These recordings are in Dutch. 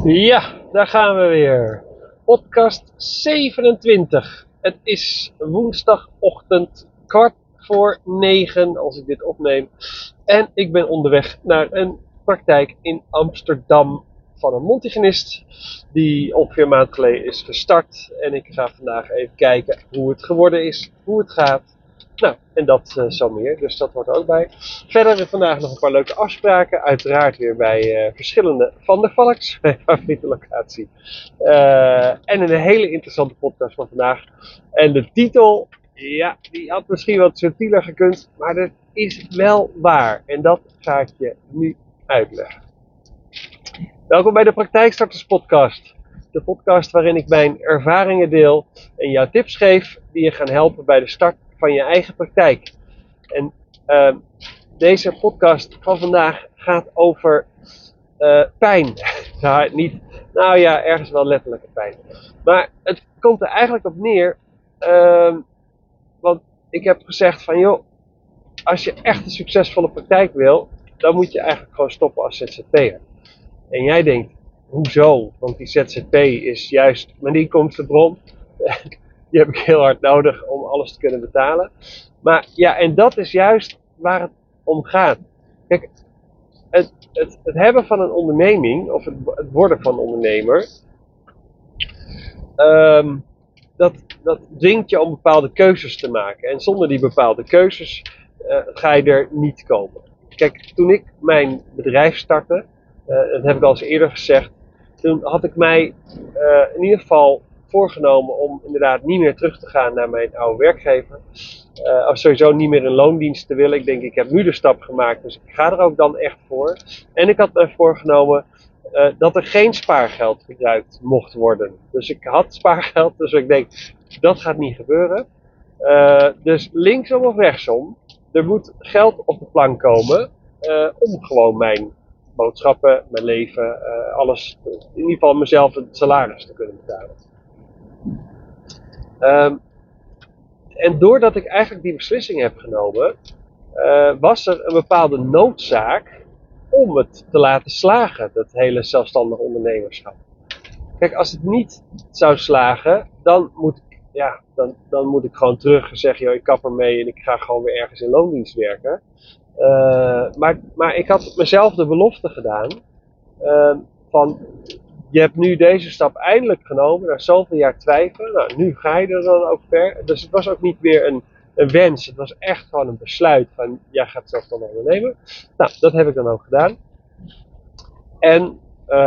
Ja, daar gaan we weer. Podcast 27. Het is woensdagochtend 8:45 als ik dit opneem. En ik ben onderweg naar een praktijk in Amsterdam van een Montigenist die ongeveer een maand geleden is gestart. En ik ga vandaag even kijken hoe het geworden is, hoe het gaat. Nou, en dat zo meer, dus dat hoort er ook bij. Verder hebben we vandaag nog een paar leuke afspraken. Uiteraard weer bij verschillende Van der Valks, mijn favoriete locatie. En een hele interessante podcast van vandaag. En de titel, ja, die had misschien wat subtieler gekund, maar dat is wel waar. En dat ga ik je nu uitleggen. Welkom bij de Praktijkstarters podcast. De podcast waarin ik mijn ervaringen deel en jou tips geef die je gaan helpen bij de start van je eigen praktijk. En deze podcast van vandaag gaat over pijn. Nou ja, ergens wel letterlijke pijn. Maar het komt er eigenlijk op neer, want ik heb gezegd van joh, als je echt een succesvolle praktijk wil, dan moet je eigenlijk gewoon stoppen als ZZP'er. En jij denkt, hoezo? Want die ZZP is juist mijn inkomstenbron. Die heb ik heel hard nodig om alles te kunnen betalen. Maar ja, en dat is juist waar het om gaat. Kijk, het hebben van een onderneming, of het worden van een ondernemer, dat dwingt je om bepaalde keuzes te maken. En zonder die bepaalde keuzes ga je er niet komen. Kijk, toen ik mijn bedrijf startte, dat heb ik al eens eerder gezegd, toen had ik mij in ieder geval voorgenomen om inderdaad niet meer terug te gaan naar mijn oude werkgever. Of sowieso niet meer in loondienst te willen. Ik denk, ik heb nu de stap gemaakt, dus ik ga er ook dan echt voor. En ik had mij voorgenomen dat er geen spaargeld gebruikt mocht worden. Dus ik had spaargeld, dus ik denk, dat gaat niet gebeuren. Dus linksom of rechtsom, er moet geld op de plank komen om gewoon mijn boodschappen, mijn leven, alles, in ieder geval mezelf het salaris te kunnen betalen. En doordat ik eigenlijk die beslissing heb genomen, was er een bepaalde noodzaak om het te laten slagen, dat hele zelfstandig ondernemerschap. Kijk, als het niet zou slagen, dan moet ik gewoon terug en zeggen, joh, ik kap ermee en ik ga gewoon weer ergens in loondienst werken. Maar ik had mezelf de belofte gedaan van, je hebt nu deze stap eindelijk genomen, na zoveel jaar twijfelen. Nou, nu ga je er dan ook ver. Dus het was ook niet weer een wens, het was echt gewoon een besluit van, jij gaat zelfstandig ondernemen. Nou, dat heb ik dan ook gedaan. En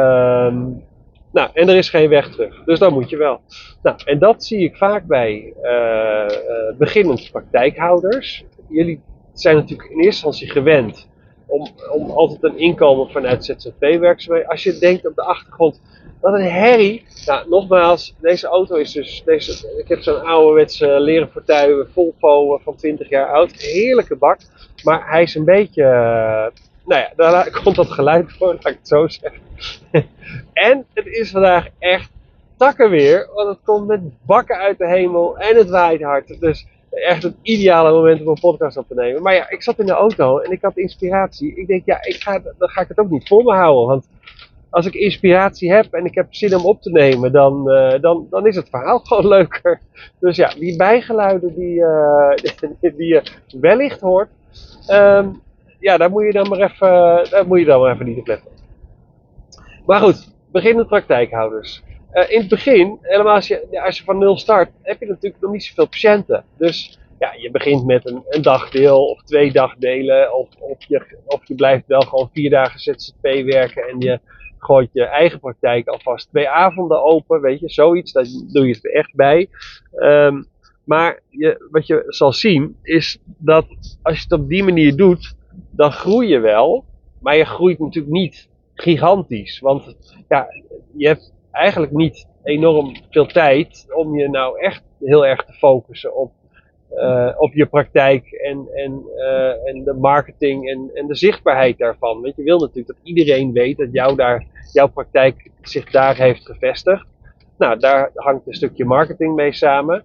er is geen weg terug, dus dan moet je wel. Nou, en dat zie ik vaak bij beginnend praktijkhouders. Jullie zijn natuurlijk in eerste instantie gewend om altijd een inkomen vanuit ZZP-werkzaamheden. Als je denkt op de achtergrond, wat een herrie. Nou, nogmaals, deze auto is dus, ik heb zo'n ouderwetse leren fauteuil Volvo van 20 jaar oud. Heerlijke bak, maar hij is een beetje, daar komt dat geluid voor, laat ik het zo zeggen. En het is vandaag echt takkenweer, want het komt met bakken uit de hemel en het waait hard. Dus echt het ideale moment om een podcast op te nemen. Maar ja, ik zat in de auto en ik had inspiratie. Ik denk, ja, dan ga ik het ook niet voor me houden. Want als ik inspiratie heb en ik heb zin om op te nemen, dan is het verhaal gewoon leuker. Dus ja, die bijgeluiden die je wellicht hoort, daar moet je dan maar even niet op letten. Maar goed, beginnende praktijkhouders. In het begin, helemaal als je van nul start, heb je natuurlijk nog niet zoveel patiënten. Dus ja, je begint met een dagdeel of 2 dagdelen. Of je blijft wel gewoon 4 dagen ZZP werken en je gooit je eigen praktijk alvast 2 avonden open. Weet je, zoiets, daar doe je het er echt bij. Maar wat je zal zien is dat als je het op die manier doet, dan groei je wel. Maar je groeit natuurlijk niet gigantisch. Want ja, je hebt eigenlijk niet enorm veel tijd om je nou echt heel erg te focussen op je praktijk en de marketing en de zichtbaarheid daarvan. Want je wil natuurlijk dat iedereen weet dat jouw praktijk zich daar heeft gevestigd. Nou, daar hangt een stukje marketing mee samen.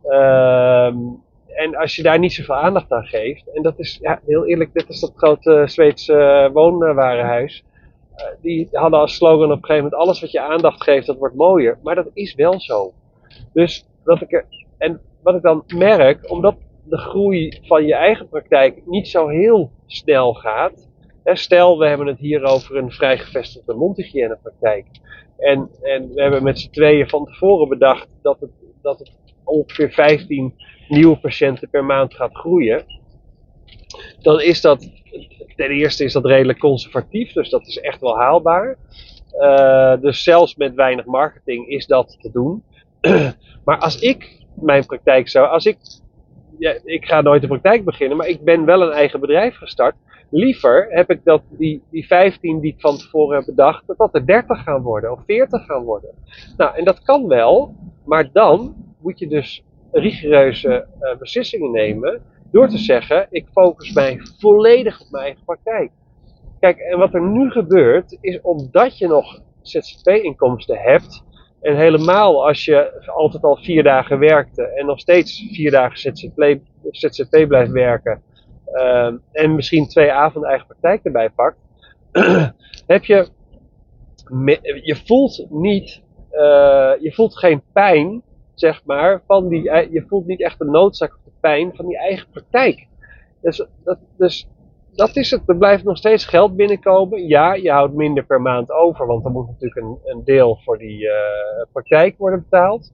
En als je daar niet zoveel aandacht aan geeft, en dat is, ja, heel eerlijk, dit is dat grote Zweedse woonwarenhuis. die hadden als slogan op een gegeven moment: alles wat je aandacht geeft, dat wordt mooier. Maar dat is wel zo. Dus wat ik dan merk, omdat de groei van je eigen praktijk niet zo heel snel gaat. Stel, we hebben het hier over een vrij gevestigde mondhygiënepraktijk. En we hebben met z'n tweeën van tevoren bedacht dat het ongeveer 15 nieuwe patiënten per maand gaat groeien. Dan is dat, ten eerste is dat redelijk conservatief, dus dat is echt wel haalbaar. Dus zelfs met weinig marketing is dat te doen. Maar als ik mijn praktijk ik ga nooit een praktijk beginnen, maar ik ben wel een eigen bedrijf gestart. Liever heb ik dat die 15 die ik van tevoren heb bedacht, dat er 30 gaan worden of 40 gaan worden. Nou, en dat kan wel, maar dan moet je dus rigoureuze beslissingen nemen door te zeggen: ik focus mij volledig op mijn eigen praktijk. Kijk, en wat er nu gebeurt, is omdat je nog ZZP-inkomsten hebt, en helemaal als je altijd al 4 dagen werkte en nog steeds 4 dagen ZZP blijft werken, en misschien 2 avonden eigen praktijk erbij pakt, heb je voelt niet, je voelt geen pijn, zeg maar, je voelt niet echt de noodzaak of de pijn van die eigen praktijk. Dus dat is het. Er blijft nog steeds geld binnenkomen. Ja, je houdt minder per maand over, want er moet natuurlijk een deel voor die praktijk worden betaald.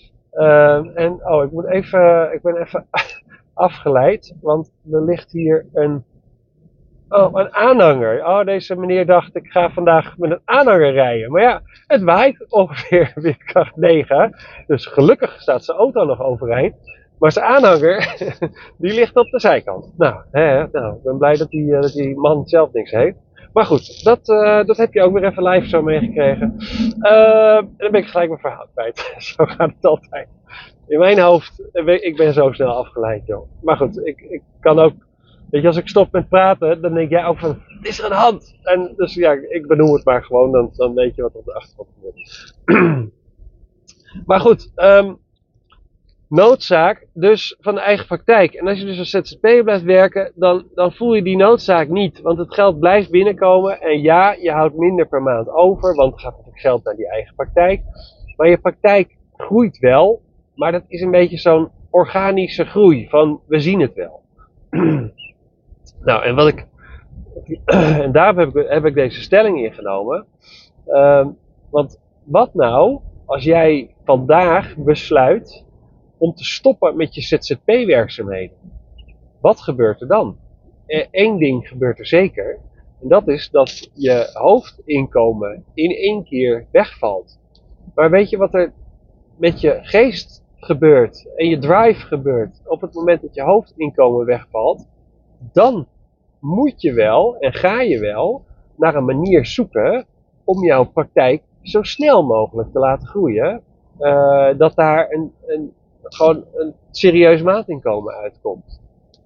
Ik ben even afgeleid, want er ligt hier een aanhanger. Oh, deze meneer dacht: ik ga vandaag met een aanhanger rijden. Maar ja, het waait ongeveer windkracht 9. Dus gelukkig staat zijn auto nog overeind. Maar zijn aanhanger, die ligt op de zijkant. Nou, ik ben blij dat die man zelf niks heeft. Maar goed, dat heb je ook weer even live zo meegekregen. En dan ben ik gelijk mijn verhaal kwijt. Zo gaat het altijd. In mijn hoofd, ik ben zo snel afgeleid, joh. Maar goed, ik kan ook, weet je, als ik stop met praten, dan denk jij ook van: is er een hand? En dus ja, ik benoem het maar gewoon, dan weet je wat er op de achtergrond gebeurt. Maar goed, noodzaak dus van de eigen praktijk. En als je dus als ZZP'er blijft werken, dan voel je die noodzaak niet. Want het geld blijft binnenkomen. En ja, je houdt minder per maand over, want er gaat natuurlijk geld naar die eigen praktijk. Maar je praktijk groeit wel. Maar dat is een beetje zo'n organische groei van: we zien het wel. Nou, en daarom heb ik deze stelling ingenomen. Want wat nou als jij vandaag besluit om te stoppen met je ZZP-werkzaamheden? Wat gebeurt er dan? Eén ding gebeurt er zeker. En dat is dat je hoofdinkomen in één keer wegvalt. Maar weet je wat er met je geest gebeurt en je drive gebeurt op het moment dat je hoofdinkomen wegvalt? Dan moet je wel en ga je wel naar een manier zoeken om jouw praktijk zo snel mogelijk te laten groeien. Dat daar gewoon een serieus maandinkomen uitkomt.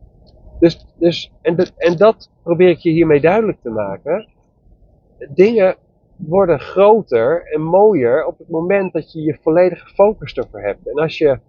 En dat probeer ik je hiermee duidelijk te maken. Dingen worden groter en mooier op het moment dat je je volledige focus ervoor hebt. En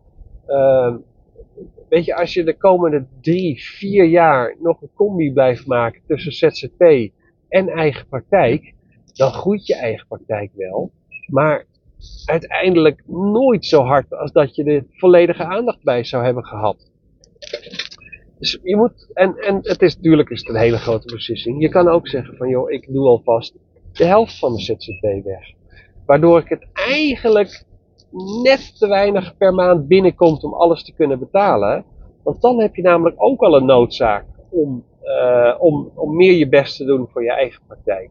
als je de komende 3, 4 jaar nog een combi blijft maken tussen ZZP en eigen praktijk, dan groeit je eigen praktijk wel. Maar uiteindelijk nooit zo hard als dat je de volledige aandacht bij zou hebben gehad. Dus je moet, en natuurlijk is het een hele grote beslissing. Je kan ook zeggen van: joh, ik doe alvast de helft van de ZZP weg. Waardoor ik het eigenlijk net te weinig per maand binnenkomt om alles te kunnen betalen. Want dan heb je namelijk ook al een noodzaak om meer je best te doen voor je eigen praktijk.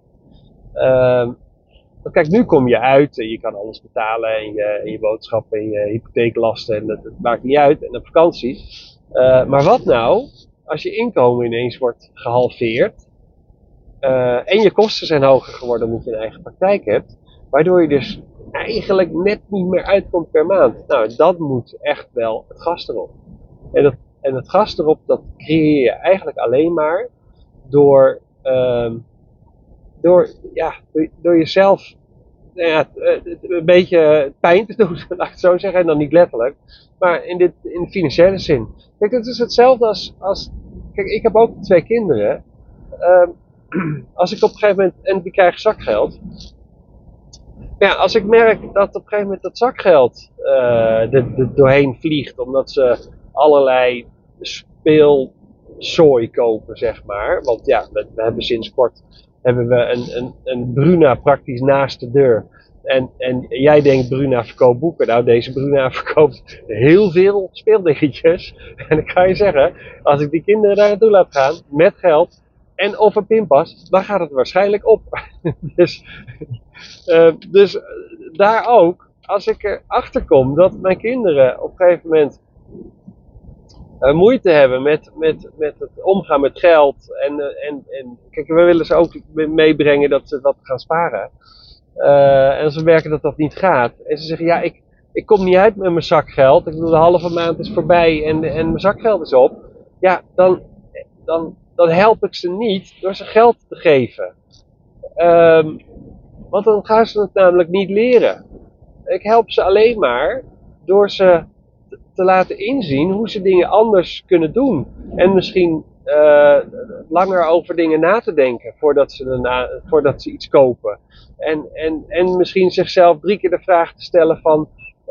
Kijk, nu kom je uit en je kan alles betalen en je boodschappen en je hypotheeklasten en dat maakt niet uit, en op vakantie. Maar wat nou als je inkomen ineens wordt gehalveerd en je kosten zijn hoger geworden omdat je een eigen praktijk hebt, waardoor je dus eigenlijk net niet meer uitkomt per maand? Nou, dat moet echt wel het gas erop. En het gas erop, dat creëer je eigenlijk alleen maar door jezelf een beetje pijn te doen, laat ik het zo zeggen, en dan niet letterlijk, maar in de financiële zin. Kijk, het is hetzelfde als kijk, ik heb ook 2 kinderen. als ik op een gegeven moment, en die krijgen zakgeld. Ja, als ik merk dat op een gegeven moment dat zakgeld er doorheen vliegt, omdat ze allerlei speelzooi kopen, zeg maar. Want ja, we hebben sinds kort een Bruna praktisch naast de deur. En jij denkt Bruna verkoopt boeken. Nou, deze Bruna verkoopt heel veel speeldingetjes. En dan kan je zeggen, als ik die kinderen daar naartoe laat gaan met geld en of een pinpas, dan gaat het waarschijnlijk op. dus dus daar ook, als ik erachter kom dat mijn kinderen op een gegeven moment moeite hebben met het omgaan met geld. En kijk, we willen ze ook meebrengen dat ze wat gaan sparen. En ze merken dat dat niet gaat. En ze zeggen, ja, ik kom niet uit met mijn zakgeld. Ik bedoel, de halve maand is voorbij en mijn zakgeld is op. Ja, dan help ik ze niet door ze geld te geven. Want dan gaan ze het namelijk niet leren. Ik help ze alleen maar door ze te laten inzien hoe ze dingen anders kunnen doen. En misschien langer over dingen na te denken voordat ze iets kopen. En misschien zichzelf 3 keer de vraag te stellen van...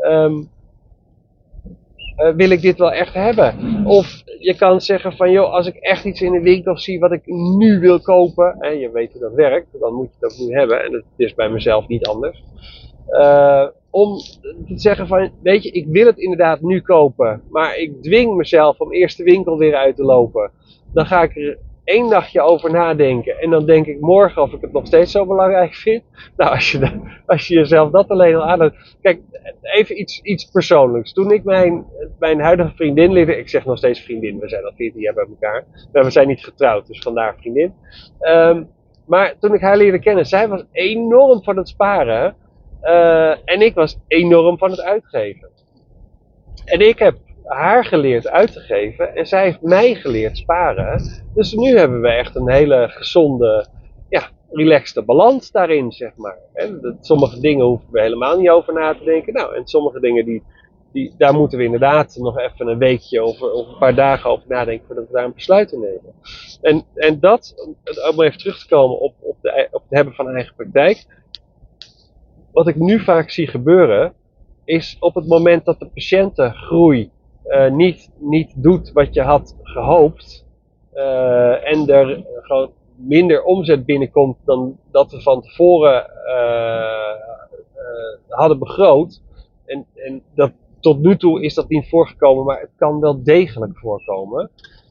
wil ik dit wel echt hebben? Of je kan zeggen van, joh, als ik echt iets in de winkel zie wat ik nu wil kopen, en je weet hoe dat werkt, dan moet je het ook nu hebben, en dat is bij mezelf niet anders. Om te zeggen van, weet je, ik wil het inderdaad nu kopen, maar ik dwing mezelf om eerst de winkel weer uit te lopen. Dan ga ik er 1 nachtje over nadenken en dan denk ik morgen of ik het nog steeds zo belangrijk vind. Nou, als je jezelf dat alleen al aanhoudt. Kijk, even iets persoonlijks. Toen ik mijn huidige vriendin leerde, ik zeg nog steeds vriendin, we zijn al 14 jaar bij elkaar. Maar we zijn niet getrouwd, dus vandaar vriendin. Maar toen ik haar leerde kennen, zij was enorm van het sparen. En ik was enorm van het uitgeven. En ik heb haar geleerd uit te geven en zij heeft mij geleerd sparen. Dus nu hebben we echt een hele gezonde, ja, relaxte balans daarin, zeg maar. En sommige dingen hoeven we helemaal niet over na te denken. Nou, en sommige dingen daar moeten we inderdaad nog even een weekje of een paar dagen over nadenken voordat we daar een besluit in nemen. En dat, om even terug te komen op het hebben van een eigen praktijk. Wat ik nu vaak zie gebeuren, is op het moment dat de patiëntengroei niet doet wat je had gehoopt, en er gewoon minder omzet binnenkomt dan dat we van tevoren hadden begroot. En dat, tot nu toe is dat niet voorgekomen, maar het kan wel degelijk voorkomen.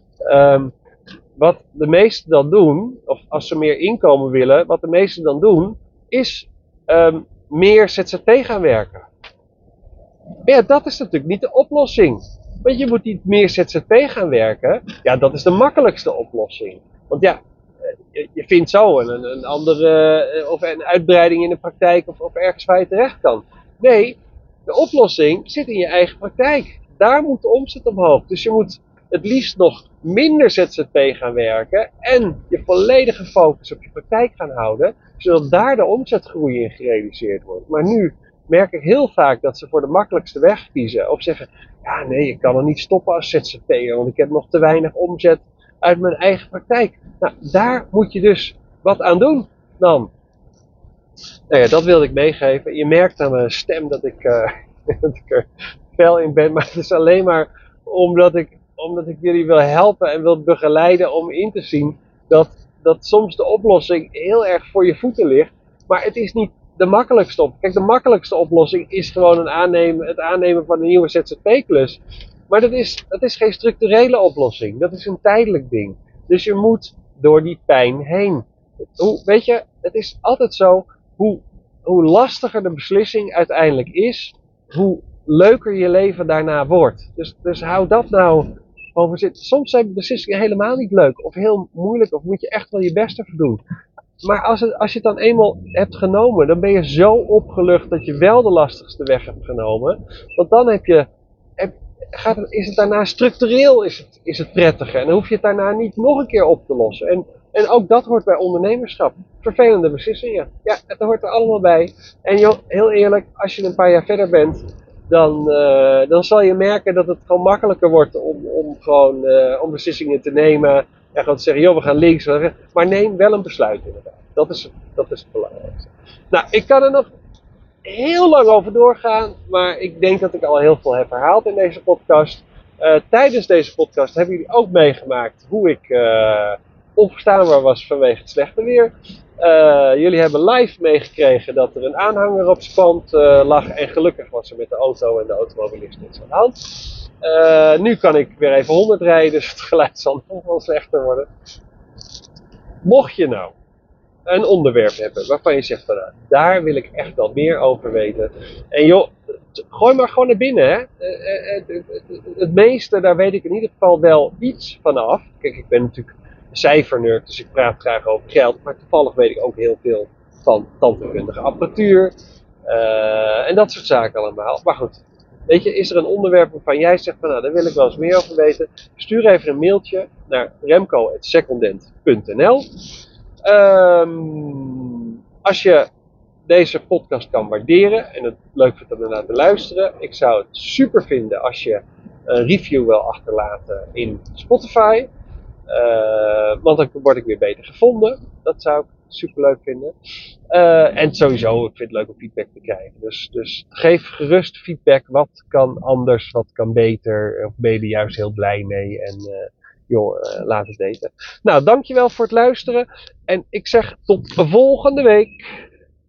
Wat de meesten dan doen, of als ze meer inkomen willen, wat de meesten dan doen, is meer ZZP gaan werken. Maar ja, dat is natuurlijk niet de oplossing. Want je moet niet meer ZZP gaan werken. Ja, dat is de makkelijkste oplossing. Want ja, je vindt zo een andere, of een uitbreiding in de praktijk of ergens waar je terecht kan. Nee, de oplossing zit in je eigen praktijk. Daar moet de omzet omhoog. Dus je moet het liefst nog minder ZZP gaan werken en je volledige focus op je praktijk gaan houden, zodat daar de omzetgroei in gerealiseerd wordt. Maar nu merk ik heel vaak dat ze voor de makkelijkste weg kiezen. Of zeggen, ja nee, ik kan er niet stoppen als ZZP'er, want ik heb nog te weinig omzet uit mijn eigen praktijk. Nou, daar moet je dus wat aan doen dan. Nou ja, dat wilde ik meegeven. Je merkt aan mijn stem dat ik er fel in ben, maar het is alleen maar omdat ik jullie wil helpen en wil begeleiden om in te zien dat soms de oplossing heel erg voor je voeten ligt, maar het is niet de makkelijkste oplossing. Kijk, de makkelijkste oplossing is gewoon het aannemen van een nieuwe ZZP-klus. Maar dat is geen structurele oplossing. Dat is een tijdelijk ding. Dus je moet door die pijn heen. Weet je, het is altijd zo, hoe lastiger de beslissing uiteindelijk is, hoe leuker je leven daarna wordt. Dus hou dat nou over zitten. Soms zijn beslissingen helemaal niet leuk of heel moeilijk of moet je echt wel je best ervoor doen. Maar als je het dan eenmaal hebt genomen, dan ben je zo opgelucht dat je wel de lastigste weg hebt genomen. Want dan is het daarna structureel is het prettiger. En dan hoef je het daarna niet nog een keer op te lossen. En ook dat hoort bij ondernemerschap. Vervelende beslissingen. Ja, het hoort er allemaal bij. En joh, heel eerlijk, als je een paar jaar verder bent, dan zal je merken dat het gewoon makkelijker wordt om beslissingen te nemen. En gewoon te zeggen, joh, we gaan links. Maar neem wel een besluit inderdaad. Dat is het belangrijkste. Nou, ik kan er nog heel lang over doorgaan, maar ik denk dat ik al heel veel heb herhaald in deze podcast. Tijdens deze podcast hebben jullie ook meegemaakt hoe ik onverstaanbaar was vanwege het slechte weer. Jullie hebben live meegekregen dat er een aanhanger op zijn pand lag en gelukkig was er met de auto en de automobilist niks aan de hand. Nu kan ik weer even 100 rijden, dus het geluid zal nog wel slechter worden. Mocht je nou een onderwerp hebben waarvan je zegt van nou, daar wil ik echt wel meer over weten. En joh, gooi maar gewoon naar binnen. Hè. Het meeste, daar weet ik in ieder geval wel iets van af. Kijk, ik ben natuurlijk een cijfernerd, dus ik praat graag over geld. Maar toevallig weet ik ook heel veel van tandheelkundige apparatuur. En dat soort zaken allemaal. Maar goed, weet je, is er een onderwerp waarvan jij zegt van nou, daar wil ik wel eens meer over weten. Stuur even een mailtje naar remco@secondent.nl. Als je deze podcast kan waarderen en het leuk vindt om ernaar te luisteren, ik zou het super vinden als je een review wil achterlaten in Spotify. Want dan word ik weer beter gevonden. Dat zou ik super leuk vinden. En sowieso, ik vind het leuk om feedback te krijgen. Dus geef gerust feedback. Wat kan anders? Wat kan beter? Of ben je er juist heel blij mee? En laat het weten. Nou, dankjewel voor het luisteren. En ik zeg tot volgende week.